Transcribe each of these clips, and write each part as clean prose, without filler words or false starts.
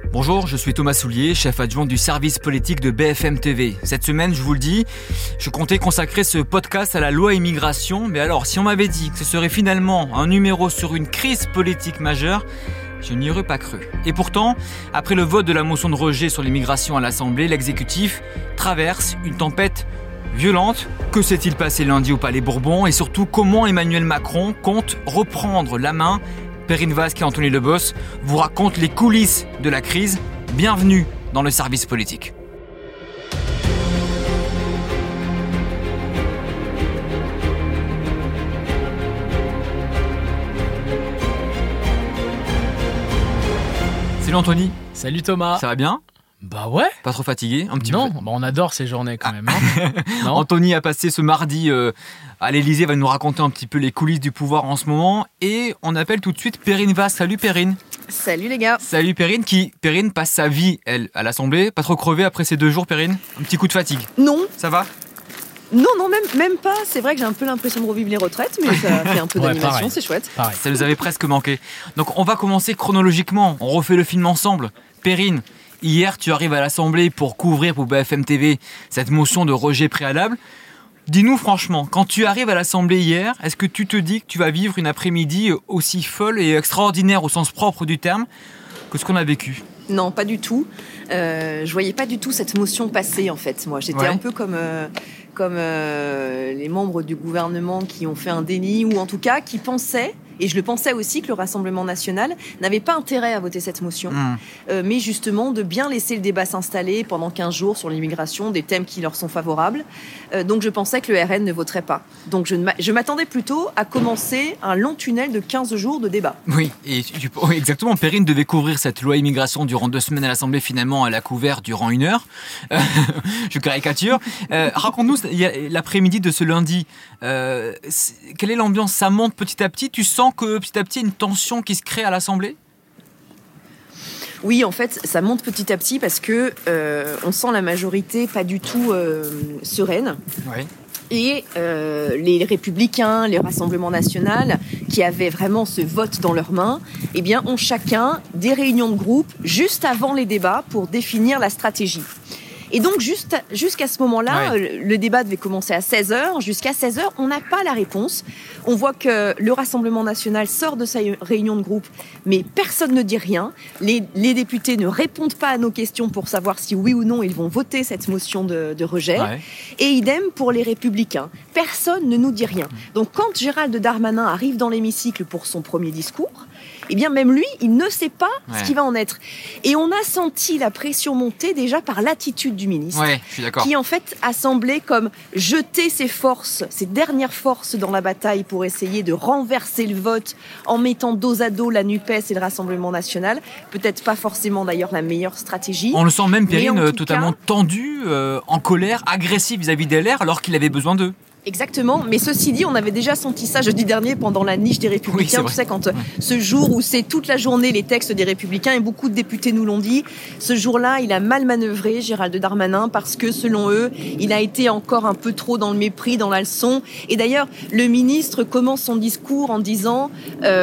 Bonjour, je suis Thomas Soulier, chef adjoint du service politique de BFM TV. Cette semaine, je vous le dis, je comptais consacrer ce podcast à la loi immigration. Mais alors, si on m'avait dit que ce serait finalement un numéro sur une crise politique majeure, je n'y aurais pas cru. Et pourtant, après le vote de la motion de rejet sur l'immigration à l'Assemblée, l'exécutif traverse une tempête violente. Que s'est-il passé lundi au Palais Bourbon? Et surtout, comment Emmanuel Macron compte reprendre la main? Perrine Vasque et Anthony Lebos vous racontent les coulisses de la crise. Bienvenue dans le service politique. Salut Anthony. Salut Thomas. Ça va bien? Bah ouais. Pas trop fatigué? Un petit Non, peu. bah on adore ces journées quand même. Hein. Non. Anthony a passé ce mardi à l'Elysée, va nous raconter un petit peu les coulisses du pouvoir en ce moment. Et on appelle tout de suite Perrine Vasque. Salut Perrine. Salut les gars. Salut Perrine, Perrine passe sa vie, elle, à l'Assemblée. Pas trop crevée après ces 2 jours, Perrine? Un petit coup de fatigue? Non, Ça va? non, même pas. C'est vrai que j'ai un peu l'impression de revivre les retraites, mais ça fait un peu Ouais, d'animation, pareil. c'est chouette. Pareil. Ça nous avait presque manqué. Donc on va commencer chronologiquement. On refait le film ensemble. Perrine, hier tu arrives à l'Assemblée pour couvrir pour BFM TV cette motion de rejet préalable. Dis-nous franchement, quand tu arrives à l'Assemblée hier, est-ce que tu te dis que tu vas vivre une après-midi aussi folle et extraordinaire au sens propre du terme que ce qu'on a vécu? Non, pas du tout. Je voyais pas du tout cette motion passer en fait. Moi, j'étais Ouais. un peu comme les membres du gouvernement qui ont fait un déni ou en tout cas qui pensaient. Et je le pensais aussi que le Rassemblement national n'avait pas intérêt à voter cette motion, mais justement de bien laisser le débat s'installer pendant 15 jours sur l'immigration, des thèmes qui leur sont favorables. Donc je pensais que le RN ne voterait pas. Donc je m'attendais plutôt à commencer un long tunnel de 15 jours de débat. Oui, oui, exactement. Perrine devait couvrir cette loi immigration durant 2 semaines à l'Assemblée. Finalement, elle a couvert durant 1 heure. Je caricature. Raconte-nous l'après-midi de ce lundi. Quelle est l'ambiance? Ça monte petit à petit? Tu sens que petit à petit, il y a une tension qui se crée à l'Assemblée? Oui, en fait, ça monte petit à petit parce que on sent la majorité pas du tout sereine. Oui. Et les Républicains, le Rassemblement national, qui avaient vraiment ce vote dans leurs mains, eh bien, ont chacun des réunions de groupe juste avant les débats pour définir la stratégie. Et donc, jusqu'à ce moment-là, le débat devait commencer à 16h. Jusqu'à 16h, on n'a pas la réponse. On voit que le Rassemblement national sort de sa réunion de groupe, mais personne ne dit rien. Les députés ne répondent pas à nos questions pour savoir si oui ou non ils vont voter cette motion de rejet. Ouais. Et idem pour les Républicains. Personne ne nous dit rien. Donc, quand Gérald Darmanin arrive dans l'hémicycle pour son premier discours, eh bien, même lui, il ne sait pas ce qui va en être. Et on a senti la pression monter déjà par l'attitude du ministre, Je suis d'accord. qui en fait a semblé comme jeter ses forces, ses dernières forces dans la bataille pour essayer de renverser le vote en mettant dos à dos la NUPES et le Rassemblement national. Peut-être pas forcément d'ailleurs la meilleure stratégie. On le sent même, Perrine, totalement cas, tendu, en colère, agressif vis-à-vis des LR alors qu'il avait besoin d'eux. Exactement, mais ceci dit, on avait déjà senti ça jeudi dernier pendant la niche des Républicains. Tu sais, quand ce jour où c'est toute la journée les textes des Républicains, et beaucoup de députés nous l'ont dit, ce jour-là, il a mal manœuvré, Gérald Darmanin, parce que selon eux, il a été encore un peu trop dans le mépris, dans la leçon. Et d'ailleurs, le ministre commence son discours en disant,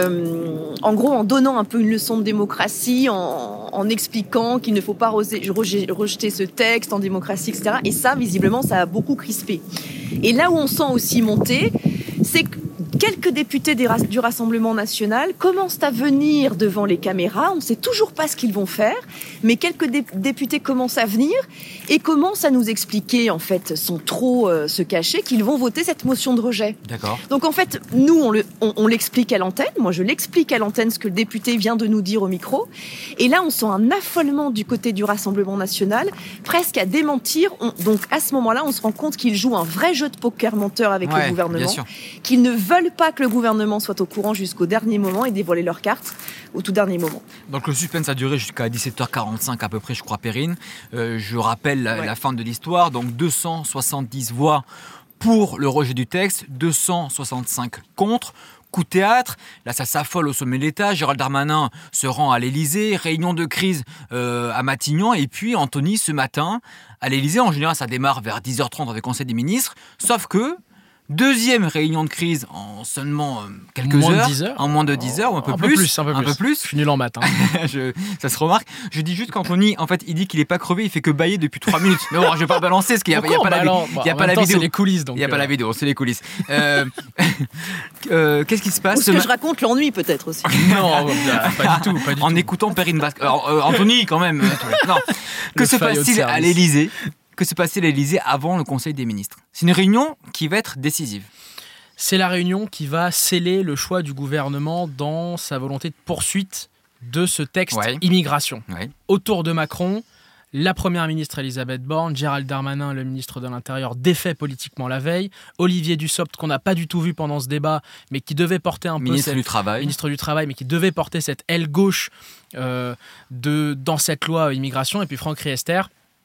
en gros, en donnant un peu une leçon de démocratie, en expliquant qu'il ne faut pas rejeter ce texte en démocratie, etc. Et ça, visiblement, ça a beaucoup crispé. Et là où on sent aussi monter, c'est que quelques députés du Rassemblement national commencent à venir devant les caméras. On ne sait toujours pas ce qu'ils vont faire, mais quelques députés commencent à venir et commencent à nous expliquer, en fait, sans trop se cacher, qu'ils vont voter cette motion de rejet. D'accord. Donc en fait, nous, on l'explique à l'antenne. Moi, je l'explique à l'antenne ce que le député vient de nous dire au micro. Et là, on sent un affolement du côté du Rassemblement national, presque à démentir. Donc à ce moment-là, on se rend compte qu'ils jouent un vrai jeu de poker menteur avec le gouvernement, qu'ils ne veulent pas que le gouvernement soit au courant jusqu'au dernier moment et dévoiler leurs cartes au tout dernier moment. Donc le suspense a duré jusqu'à 17h45 à peu près, je crois, Perrine. Je rappelle la fin de l'histoire. Donc 270 voix pour le rejet du texte, 265 contre. Coup de théâtre, là ça s'affole au sommet de l'État, Gérald Darmanin se rend à l'Elysée, réunion de crise à Matignon, et puis Anthony ce matin à l'Elysée, en général ça démarre vers 10h30 avec le Conseil des ministres, sauf que Deuxième réunion de crise en seulement quelques heures. En moins de 10 heures ou un peu plus. Un peu plus. Je suis nul en maths. Ça se remarque. Je dis juste qu'Anthony, en fait, il dit qu'il n'est pas crevé, il fait que bâiller depuis 3 minutes. Mais bon, je vais pas balancer parce qu'il n'y a pas la vidéo. C'est les coulisses. Il n'y a pas la vidéo, c'est les coulisses. Qu'est-ce qui se passe? Ou ce que je raconte l'ennui peut-être aussi. Non, pas du tout. En écoutant Perrine Basque. Alors, Anthony, quand même. Non. Que se passe-t-il à l'Élysée? Que se passe-t-il à l'Élysée avant le Conseil des ministres? C'est une réunion qui va être décisive. C'est la réunion qui va sceller le choix du gouvernement dans sa volonté de poursuite de ce texte immigration. Ouais. Autour de Macron, la première ministre Elisabeth Borne, Gérald Darmanin, le ministre de l'Intérieur, défait politiquement la veille, Olivier Dussopt, qu'on n'a pas du tout vu pendant ce débat, mais qui devait porter un ministre du Travail, mais qui devait porter cette aile gauche dans cette loi immigration, et puis Franck Riester,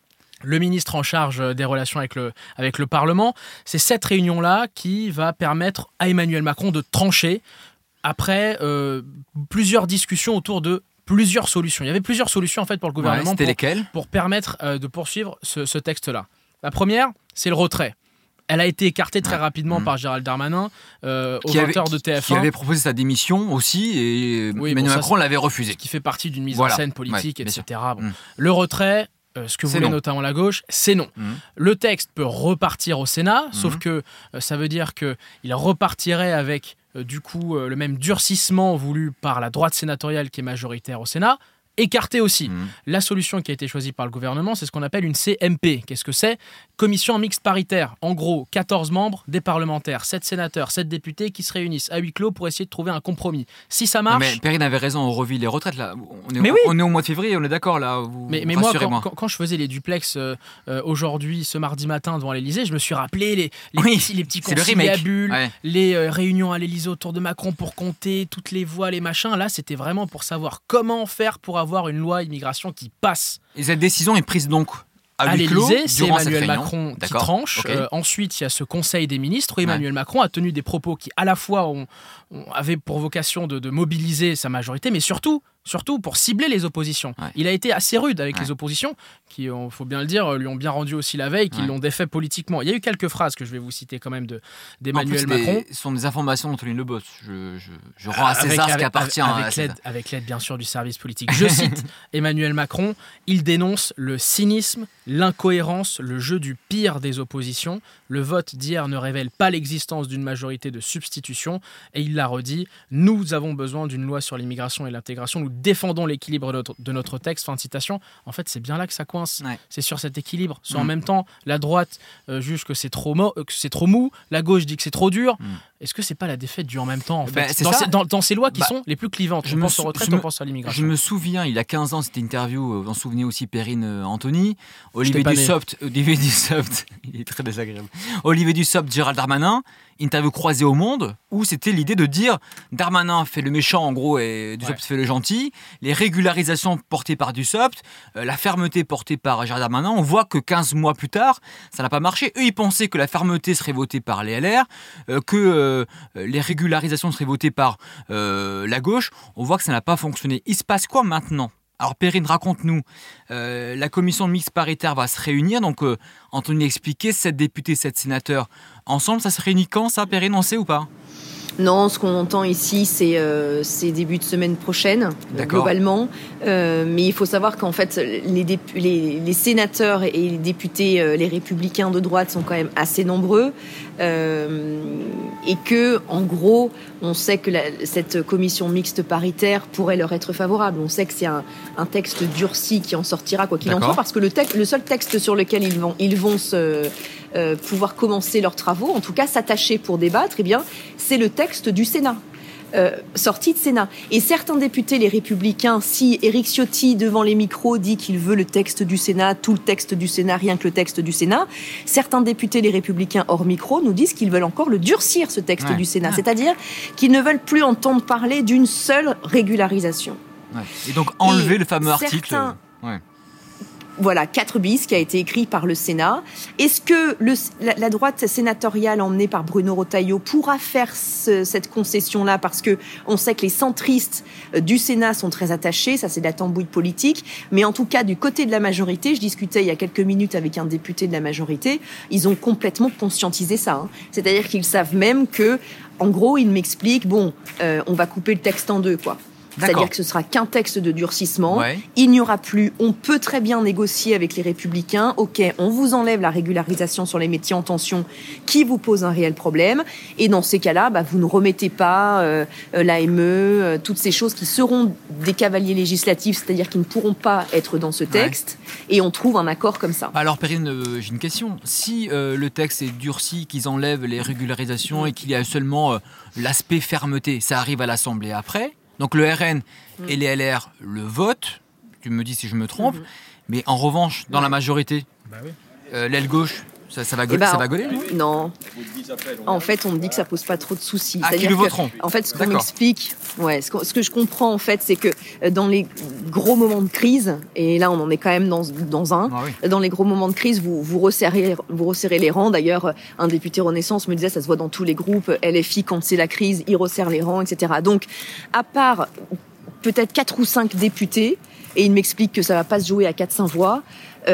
le ministre en charge des relations avec le Parlement. C'est cette réunion-là qui va permettre à Emmanuel Macron de trancher après plusieurs discussions autour de plusieurs solutions. Il y avait plusieurs solutions en fait pour le gouvernement pour permettre de poursuivre ce texte-là. La première, c'est le retrait. Elle a été écartée très rapidement par Gérald Darmanin, au 20h de TF1. Qui avait proposé sa démission aussi, et Emmanuel Macron l'avait refusé. Qui fait partie d'une mise en scène politique, etc. Bon. Le retrait... ce que voulait notamment la gauche, c'est non. Le texte peut repartir au Sénat, sauf que ça veut dire qu'il repartirait avec le même durcissement voulu par la droite sénatoriale qui est majoritaire au Sénat, écarté aussi. La solution qui a été choisie par le gouvernement, c'est ce qu'on appelle une CMP. Qu'est-ce que c'est? Commission mixte paritaire. En gros, 14 membres, des parlementaires, 7 sénateurs, 7 députés qui se réunissent à huis clos pour essayer de trouver un compromis. Si ça marche... Mais Perrine avait raison, on revit les retraites là. On est au mois de février, on est d'accord là. Mais moi, quand je faisais les duplex aujourd'hui, ce mardi matin devant l'Élysée, je me suis rappelé les petits conciliabules, les réunions à l'Élysée autour de Macron pour compter toutes les voix, les machins. Là, c'était vraiment pour savoir comment faire pour avoir une loi immigration qui passe. Et cette décision est prise donc à l'Élysée, c'est Emmanuel Macron qui tranche. Ensuite, il y a ce Conseil des ministres où Emmanuel Macron a tenu des propos qui, à la fois, avaient pour vocation de mobiliser sa majorité, mais surtout pour cibler les oppositions. Il a été assez rude avec les oppositions, qui, il faut bien le dire, lui ont bien rendu aussi la veille, qui l'ont défait politiquement. Il y a eu quelques phrases que je vais vous citer quand même d'Emmanuel Macron. Ce sont des informations d'Anthony Le Boss. Je rends à César ce qui appartient à César. Avec l'aide, bien sûr, du service politique. Je cite Emmanuel Macron, il dénonce le cynisme, l'incohérence, le jeu du pire des oppositions. Le vote d'hier ne révèle pas l'existence d'une majorité de substitution. Et il l'a redit, nous avons besoin d'une loi sur l'immigration et l'intégration. Nous défendons l'équilibre de notre texte. Fin de citation. En fait, c'est bien là que ça coince. C'est sur cet équilibre. En même temps, la droite juge que c'est trop mou. La gauche dit que c'est trop dur. Est-ce que c'est pas la défaite du en même temps en fait dans ces lois qui sont les plus clivantes? On pense aux retraites, on pense à l'immigration. Je me souviens, il y a 15 ans, c'était une interview, vous en souvenez aussi, Perrine Anthony, Olivier Dussopt, il est très désagréable. Olivier Dussopt, Gérald Darmanin, interview croisée au Monde, où c'était l'idée de dire Darmanin fait le méchant en gros et Dussopt fait le gentil, les régularisations portées par Dussopt, la fermeté portée par Gérald Darmanin, on voit que 15 mois plus tard, ça n'a pas marché. Eux, ils pensaient que la fermeté serait votée par les LR, que les régularisations seraient votées par la gauche. On voit que ça n'a pas fonctionné. Il se passe quoi maintenant ? Alors Perrine, raconte-nous, la commission mixte paritaire va se réunir, donc Anthony expliquait, 7 députés, 7 sénateurs ensemble, ça se réunit quand ça, Perrine, on sait ou pas ? Non, ce qu'on entend ici, c'est début de semaine prochaine, globalement. Mais il faut savoir qu'en fait, les sénateurs et les députés, les républicains de droite sont quand même assez nombreux. Et que, en gros, on sait que cette commission mixte paritaire pourrait leur être favorable. On sait que c'est un texte durci qui en sortira, quoi qu'il en soit, parce que le seul texte sur lequel ils vont pouvoir commencer leurs travaux, en tout cas s'attacher pour débattre, eh bien, c'est le texte du Sénat. Sorti de Sénat. Et certains députés, les Républicains, si Éric Ciotti, devant les micros, dit qu'il veut le texte du Sénat, tout le texte du Sénat, rien que le texte du Sénat, certains députés, les Républicains, hors micro, nous disent qu'ils veulent encore le durcir, ce texte du Sénat. C'est-à-dire qu'ils ne veulent plus entendre parler d'une seule régularisation. Et donc enlever le fameux article... Voilà, 4 bis qui a été écrit par le Sénat. Est-ce que la droite sénatoriale emmenée par Bruno Retailleau pourra faire cette concession-là, parce que on sait que les centristes du Sénat sont très attachés, ça c'est de la tambouille politique, mais en tout cas du côté de la majorité, je discutais il y a quelques minutes avec un député de la majorité, ils ont complètement conscientisé ça. Hein. C'est-à-dire qu'ils savent même que, en gros, ils m'expliquent, on va couper le texte en deux, quoi. D'accord. C'est-à-dire que ce sera qu'un texte de durcissement. Ouais. Il n'y aura plus, on peut très bien négocier avec les Républicains. Ok, on vous enlève la régularisation sur les métiers en tension qui vous pose un réel problème. Et dans ces cas-là, vous ne remettez pas l'AME, toutes ces choses qui seront des cavaliers législatifs, c'est-à-dire qui ne pourront pas être dans ce texte. Ouais. Et on trouve un accord comme ça. Alors Perrine, j'ai une question. Si le texte est durci, qu'ils enlèvent les régularisations et qu'il y a seulement l'aspect fermeté, ça arrive à l'Assemblée après. Donc le RN et les LR le votent, tu me dis si je me trompe, mais en revanche, dans la majorité, l'aile gauche, ça va gauler, non. En fait, on me dit que ça pose pas trop de soucis. Ah, qu'ils le voteront. En fait, ce qu'on m'explique, ce que je comprends en fait, c'est que dans les gros moments de crise, et là on en est quand même dans un, dans les gros moments de crise, vous resserrez les rangs. D'ailleurs, un député Renaissance me disait, ça se voit dans tous les groupes, LFI quand c'est la crise, il resserre les rangs, etc. Donc, à part peut-être 4 ou 5 députés, et il m'explique que ça va pas se jouer à 400 voix,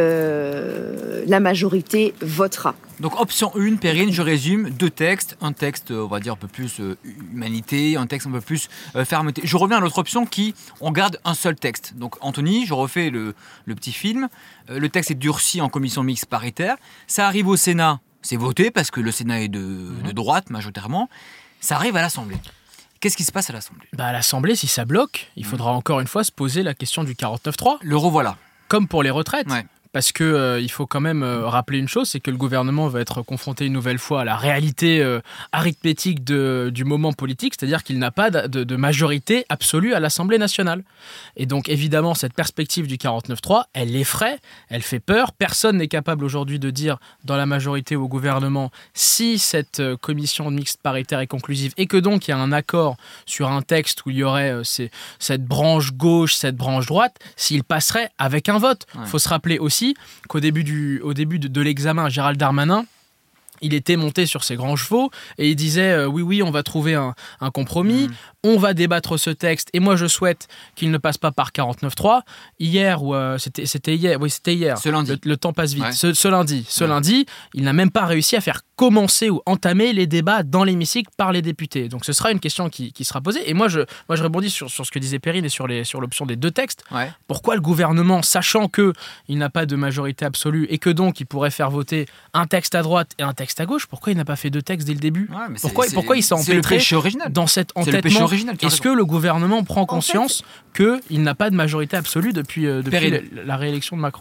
la majorité votera. Donc option 1, Perrine, je résume, 2 textes, un texte on va dire un peu plus humanité, un texte un peu plus fermeté. Je reviens à l'autre option qui, on garde un seul texte. Donc Anthony, je refais le petit film, le texte est durci en commission mixte paritaire, ça arrive au Sénat, c'est voté parce que le Sénat est de droite majoritairement, ça arrive à l'Assemblée. Qu'est-ce qui se passe à l'Assemblée ? À l'Assemblée, si ça bloque, il faudra encore une fois se poser la question du 49.3. Le revoilà. Comme pour les retraites. Ouais. Parce que il faut quand même rappeler une chose, c'est que le gouvernement va être confronté une nouvelle fois à la réalité arithmétique du moment politique, c'est-à-dire qu'il n'a pas de majorité absolue à l'Assemblée nationale. Et donc évidemment, cette perspective du 49.3, elle effraie, elle fait peur. Personne n'est capable aujourd'hui de dire dans la majorité ou au gouvernement si cette commission mixte paritaire est conclusive et que donc il y a un accord sur un texte où il y aurait cette branche gauche, cette branche droite, s'il passerait avec un vote. Il faut se rappeler aussi qu'au début de l'examen, Gérald Darmanin, il était monté sur ses grands chevaux et il disait oui, on va trouver un compromis, on va débattre ce texte et moi je souhaite qu'il ne passe pas par 49.3. Hier, c'était hier. Ce lundi. Le temps passe vite. Ouais. Ce lundi, il n'a même pas réussi à faire commencer ou entamer les débats dans l'hémicycle par les députés. Donc ce sera une question qui sera posée. Et moi je rebondis sur ce que disait Perrine et sur l'option des 2 textes. Ouais. Pourquoi le gouvernement, sachant qu'il n'a pas de majorité absolue et que donc il pourrait faire voter un texte à droite et un texte à gauche, pourquoi il n'a pas fait 2 textes dès le début ? Pourquoi il s'est empêtré dans cet entêtement ? Est-ce que le gouvernement prend conscience qu'il n'a pas de majorité absolue depuis la réélection de Macron ?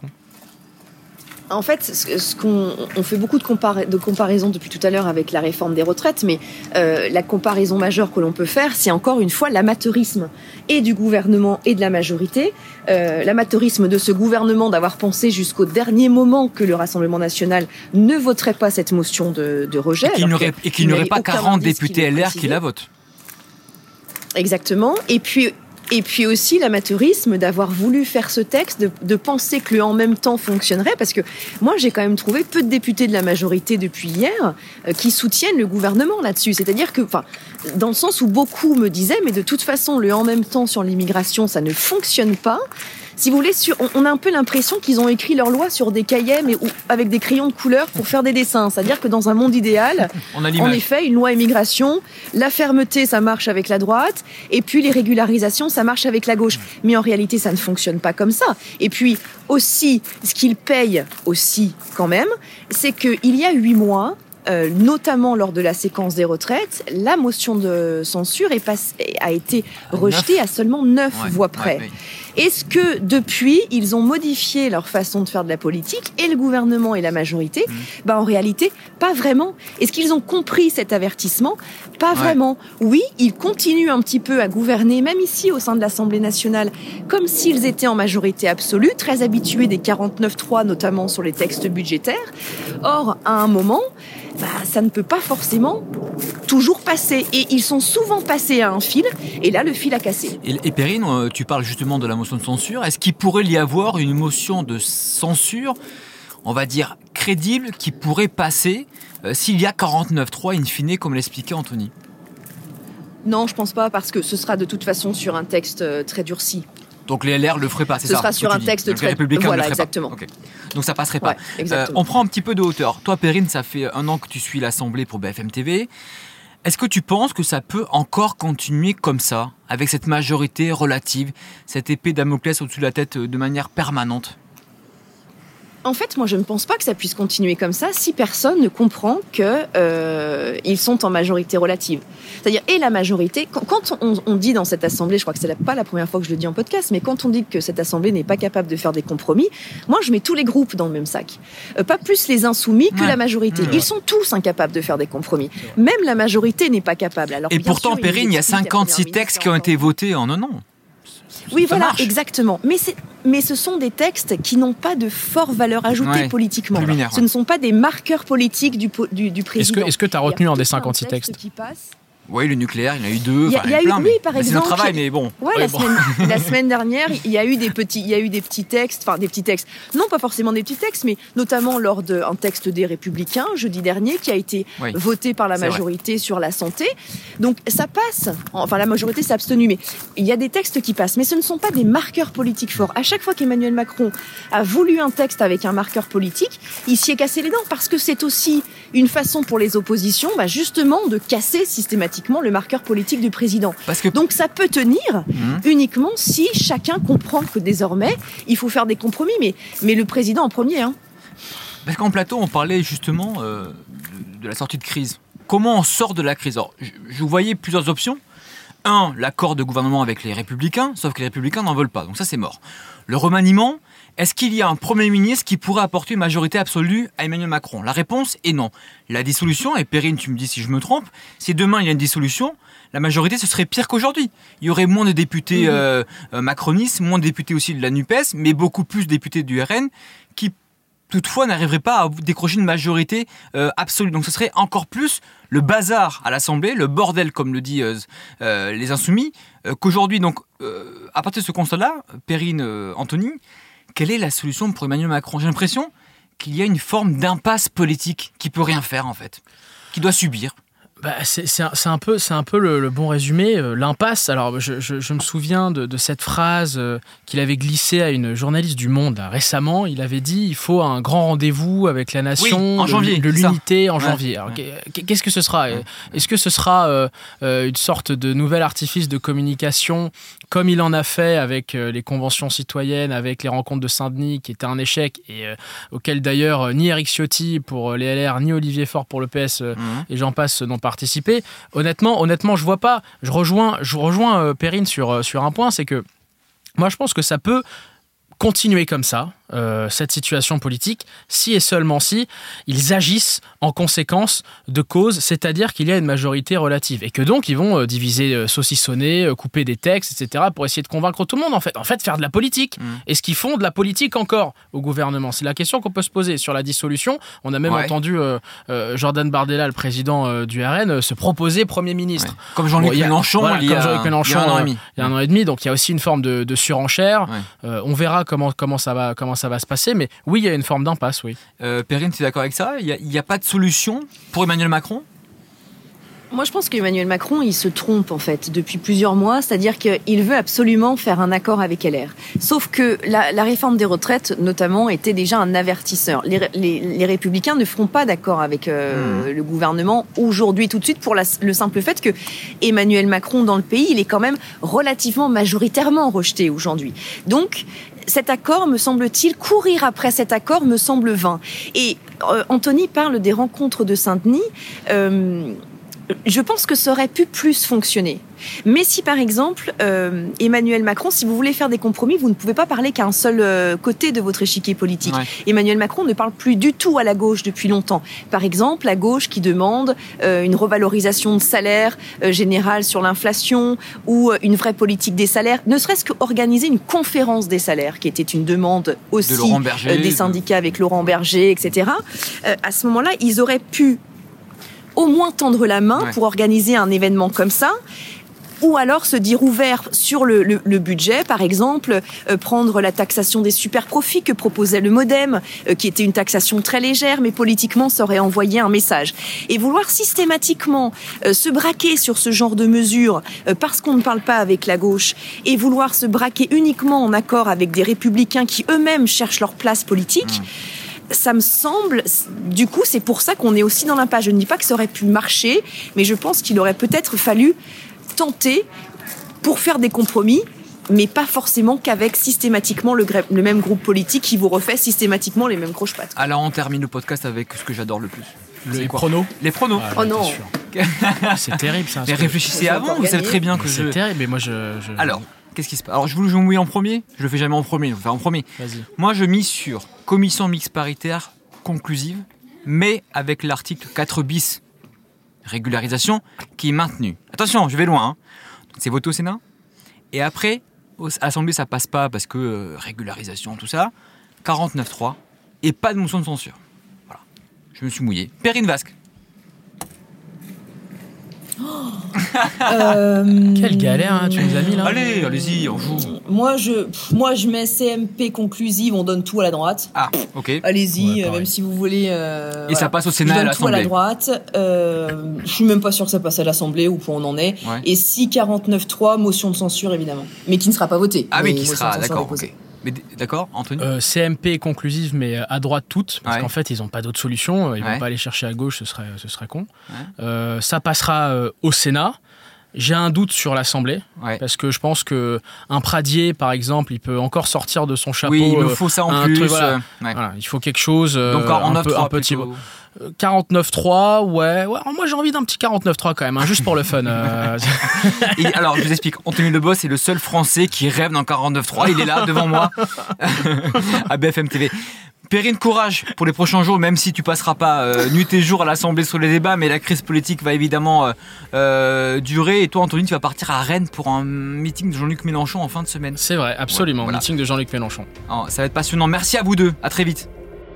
En fait, on fait beaucoup de comparaisons depuis tout à l'heure avec la réforme des retraites, mais la comparaison majeure que l'on peut faire, c'est encore une fois l'amateurisme et du gouvernement et de la majorité. L'amateurisme de ce gouvernement d'avoir pensé jusqu'au dernier moment que le Rassemblement national ne voterait pas cette motion de rejet. Et qu'il n'y aurait pas 40 députés LR qui la votent. Exactement. Et puis aussi l'amateurisme d'avoir voulu faire ce texte, de penser que le en même temps fonctionnerait, parce que moi j'ai quand même trouvé peu de députés de la majorité depuis hier qui soutiennent le gouvernement là-dessus. C'est-à-dire que, dans le sens où beaucoup me disaient, mais de toute façon le en même temps sur l'immigration ça ne fonctionne pas. Si vous voulez, on a un peu l'impression qu'ils ont écrit leur loi sur des cahiers, mais avec des crayons de couleur pour faire des dessins. C'est-à-dire que dans un monde idéal, en effet, une loi immigration, la fermeté, ça marche avec la droite, et puis les régularisations, ça marche avec la gauche. Mais en réalité, ça ne fonctionne pas comme ça. Et puis, aussi, ce qu'ils payent aussi, quand même, c'est qu'il y a 8 mois, notamment lors de la séquence des retraites, la motion de censure a été rejetée à seulement 9 voix près. Ouais. Est-ce que depuis, ils ont modifié leur façon de faire de la politique, et le gouvernement et la majorité ? En réalité, pas vraiment. Est-ce qu'ils ont compris cet avertissement ? Pas vraiment. Oui, ils continuent un petit peu à gouverner, même ici au sein de l'Assemblée nationale, comme s'ils étaient en majorité absolue, très habitués des 49.3, notamment sur les textes budgétaires. Or, à un moment, ça ne peut pas forcément toujours passer. Et ils sont souvent passés à un fil, et là, le fil a cassé. Et Perrine, tu parles justement de la motion motion de censure. Est-ce qu'il pourrait y avoir une motion de censure, on va dire crédible, qui pourrait passer s'il y a 49.3 in fine, comme l'expliquait Anthony? Non, je pense pas, parce que ce sera de toute façon sur un texte très durci. Donc les LR le feraient pas, c'est ça? Ce sera sur un texte très... républicain voilà, ne le ferait exactement. pas. Okay. Donc ça passerait pas. On prend un petit peu de hauteur. Toi, Perrine, ça fait 1 an que tu suis l'Assemblée pour BFM TV. Est-ce que tu penses que ça peut encore continuer comme ça, avec cette majorité relative, cette épée Damoclès au-dessus de la tête de manière permanente? En fait, moi, je ne pense pas que ça puisse continuer comme ça si personne ne comprend qu'ils sont en majorité relative. C'est-à-dire, et la majorité, quand on dit dans cette Assemblée, je crois que c'est pas la première fois que je le dis en podcast, mais quand on dit que cette Assemblée n'est pas capable de faire des compromis, moi, je mets tous les groupes dans le même sac. Pas plus les insoumis que la majorité. Ils sont tous incapables de faire des compromis. Même la majorité n'est pas capable. Alors, et pourtant, Perrine, il y a 56 textes qui ont été votés en un an. Oui, voilà, marche. Exactement. Mais ce sont des textes qui n'ont pas de forte valeur ajoutée politiquement. Ce ne sont pas des marqueurs politiques du président. Est-ce que tu as retenu un des 56 textes qui passe. Oui, le nucléaire, il y en a eu 2. Il y a eu, oui, par exemple. C'est notre travail, mais bon. Ouais, la semaine dernière, il y a eu des petits textes, enfin des petits textes. Non, pas forcément des petits textes, mais notamment lors d'un texte des Républicains, jeudi dernier, qui a été voté par la majorité sur la santé. Donc ça passe. Enfin, la majorité s'est abstenue, mais il y a des textes qui passent. Mais ce ne sont pas des marqueurs politiques forts. À chaque fois qu'Emmanuel Macron a voulu un texte avec un marqueur politique, il s'y est cassé les dents, parce que c'est aussi une façon pour les oppositions, justement, de casser systématiquement le marqueur politique du président. Donc ça peut tenir uniquement si chacun comprend que désormais, il faut faire des compromis, mais le président en premier. Parce qu'en plateau, on parlait justement de la sortie de crise. Comment on sort de la crise? Alors, je vous voyais plusieurs options. 1, l'accord de gouvernement avec les Républicains, sauf que les Républicains n'en veulent pas, donc ça c'est mort. Le remaniement, est-ce qu'il y a un Premier ministre qui pourrait apporter une majorité absolue à Emmanuel Macron? La réponse est non. La dissolution, et Perrine, tu me dis si je me trompe, si demain il y a une dissolution, la majorité, ce serait pire qu'aujourd'hui. Il y aurait moins de députés macronistes, moins de députés aussi de la NUPES, mais beaucoup plus de députés du RN qui, toutefois, n'arriveraient pas à décrocher une majorité absolue. Donc ce serait encore plus le bazar à l'Assemblée, le bordel, comme le dit les Insoumis, qu'aujourd'hui. Donc, à partir de ce constat-là, Perrine, Anthony, quelle est la solution pour Emmanuel Macron? J'ai l'impression qu'il y a une forme d'impasse politique qui peut rien faire, en fait, qui doit subir. C'est un peu le bon résumé, l'impasse. Alors, je me souviens de cette phrase qu'il avait glissée à une journaliste du Monde récemment. Il avait dit: il faut un grand rendez-vous avec la nation, en janvier, de l'unité en janvier. Alors, qu'est-ce que ce sera? Est-ce que ce sera une sorte de nouvel artifice de communication, comme il en a fait avec les conventions citoyennes, avec les rencontres de Saint-Denis, qui était un échec, et auquel d'ailleurs ni Éric Ciotti pour les LR, ni Olivier Faure pour le PS, et j'en passe, n'ont participer. Honnêtement, je vois pas. Je rejoins Perrine sur un point, c'est que moi je pense que ça peut continuer comme ça, cette situation politique, si et seulement si ils agissent en conséquence de cause, c'est-à-dire qu'il y a une majorité relative et que donc ils vont diviser, saucissonner, couper des textes, etc. pour essayer de convaincre tout le monde en fait faire de la politique. Est-ce qu'ils font de la politique encore au gouvernement? C'est la question qu'on peut se poser sur la dissolution. On a même entendu Jordan Bardella, le président du RN, se proposer Premier ministre. Comme Jean-Luc Mélenchon, il y a un an et demi. Il y a un an et demi, donc il y a aussi une forme de surenchère. On verra comment ça va se passer, mais oui, il y a une forme d'impasse, oui. Perrine, tu es d'accord avec ça? Il n'y a pas de solution pour Emmanuel Macron? Moi, je pense qu'Emmanuel Macron, il se trompe, en fait, depuis plusieurs mois. C'est-à-dire qu'il veut absolument faire un accord avec LR. Sauf que la réforme des retraites, notamment, était déjà un avertisseur. Les Républicains ne feront pas d'accord avec le gouvernement aujourd'hui, tout de suite, pour le simple fait que Emmanuel Macron, dans le pays, il est quand même relativement majoritairement rejeté aujourd'hui. Donc, cet accord, me semble-t-il, courir après cet accord me semble vain. Et Anthony parle des rencontres de Saint-Denis. Je pense que ça aurait pu plus fonctionner. Mais si, par exemple, Emmanuel Macron, si vous voulez faire des compromis, vous ne pouvez pas parler qu'à un seul côté de votre échiquier politique. Emmanuel Macron ne parle plus du tout à la gauche depuis longtemps. Par exemple, la gauche qui demande une revalorisation de salaire générale sur l'inflation ou une vraie politique des salaires, ne serait-ce qu'organiser une conférence des salaires, qui était une demande aussi des syndicats avec Laurent Berger, etc. À ce moment-là, ils auraient pu au moins tendre la main pour organiser un événement comme ça. ou alors se dire ouvert sur le budget, par exemple, prendre la taxation des super-profits que proposait le MoDem, qui était une taxation très légère, mais politiquement, ça aurait envoyé un message. Et vouloir systématiquement se braquer sur ce genre de mesures parce qu'on ne parle pas avec la gauche, et vouloir se braquer uniquement en accord avec des républicains qui eux-mêmes cherchent leur place politique, ça me semble, du coup, c'est pour ça qu'on est aussi dans l'impasse. Je ne dis pas que ça aurait pu marcher, mais je pense qu'il aurait peut-être fallu tenter pour faire des compromis, mais pas forcément qu'avec systématiquement le même groupe politique qui vous refait systématiquement les mêmes croche-pattes. Alors on termine le podcast avec ce que j'adore le plus. Les pronos. Les pronos. Oh non. C'est terrible ça. Mais réfléchissez avant, vous savez très bien que c'est terrible, mais moi Alors, qu'est-ce qui se passe ? Alors je vous le mouille en premier, je le fais jamais en premier, je vais le faire en premier. Vas-y. Moi je mise sur commission mixte paritaire conclusive, mais avec l'article 4 bis, régularisation, qui est maintenu. Attention, je vais loin. C'est voté au Sénat. Et après, à l'Assemblée, ça passe pas parce que régularisation, tout ça. 49.3 et pas de motion de censure. Voilà. Je me suis mouillé. Perrine Vasque. Quelle galère, hein, tu nous as mis là. Allez-y, on joue. Moi, je mets CMP conclusive, on donne tout à la droite. Ah, ok. Allez-y, Ouais, même si vous voulez. Et ça passe au Sénat et à l'Assemblée. Je donne tout à la droite. Je suis même pas sûr que ça passe à l'Assemblée ou où on en est. Ouais. Et si 49.3, motion de censure évidemment, mais qui ne sera pas votée. Ah oui, qui motion sera, de censure d'accord. déposée. Ok. Mais d'accord, Anthony. CMP conclusive, mais à droite toutes, parce Ouais. qu'en fait, ils n'ont pas d'autre solution. Ils Ouais. vont pas aller chercher à gauche, ce serait con. Ouais. Ça passera au Sénat. J'ai un doute sur l'Assemblée, Ouais. parce que je pense qu'un Pradier, par exemple, il peut encore sortir de son chapeau. Oui, il me faut ça en un plus. truc, voilà. Ouais. Voilà, il faut quelque chose. Donc en un 9-3 petit plutôt. 49.3, ouais. Moi, j'ai envie d'un petit 49.3 quand même, hein, juste pour le fun. Et alors, je vous explique. Anthony Lebos est le seul Français qui rêve d'un 49.3. Il est là, devant moi, à BFM TV. Perrine, courage pour les prochains jours, même si tu passeras pas nuit et jour à l'Assemblée sur les débats, mais la crise politique va évidemment durer. Et toi, Anthony, tu vas partir à Rennes pour un meeting de Jean-Luc Mélenchon en fin de semaine. C'est vrai, absolument. Voilà. Meeting de Jean-Luc Mélenchon. Alors, ça va être passionnant. Merci à vous deux. À très vite.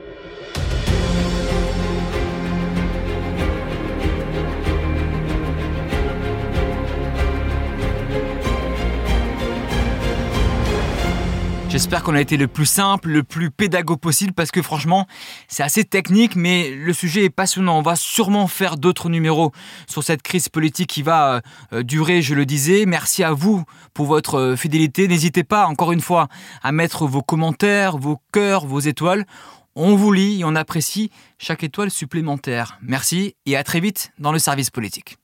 J'espère qu'on a été le plus simple, le plus pédago possible parce que franchement, c'est assez technique, mais le sujet est passionnant. On va sûrement faire d'autres numéros sur cette crise politique qui va durer, je le disais. Merci à vous pour votre fidélité. N'hésitez pas, encore une fois, à mettre vos commentaires, vos cœurs, vos étoiles. On vous lit et on apprécie chaque étoile supplémentaire. Merci et à très vite dans le service politique.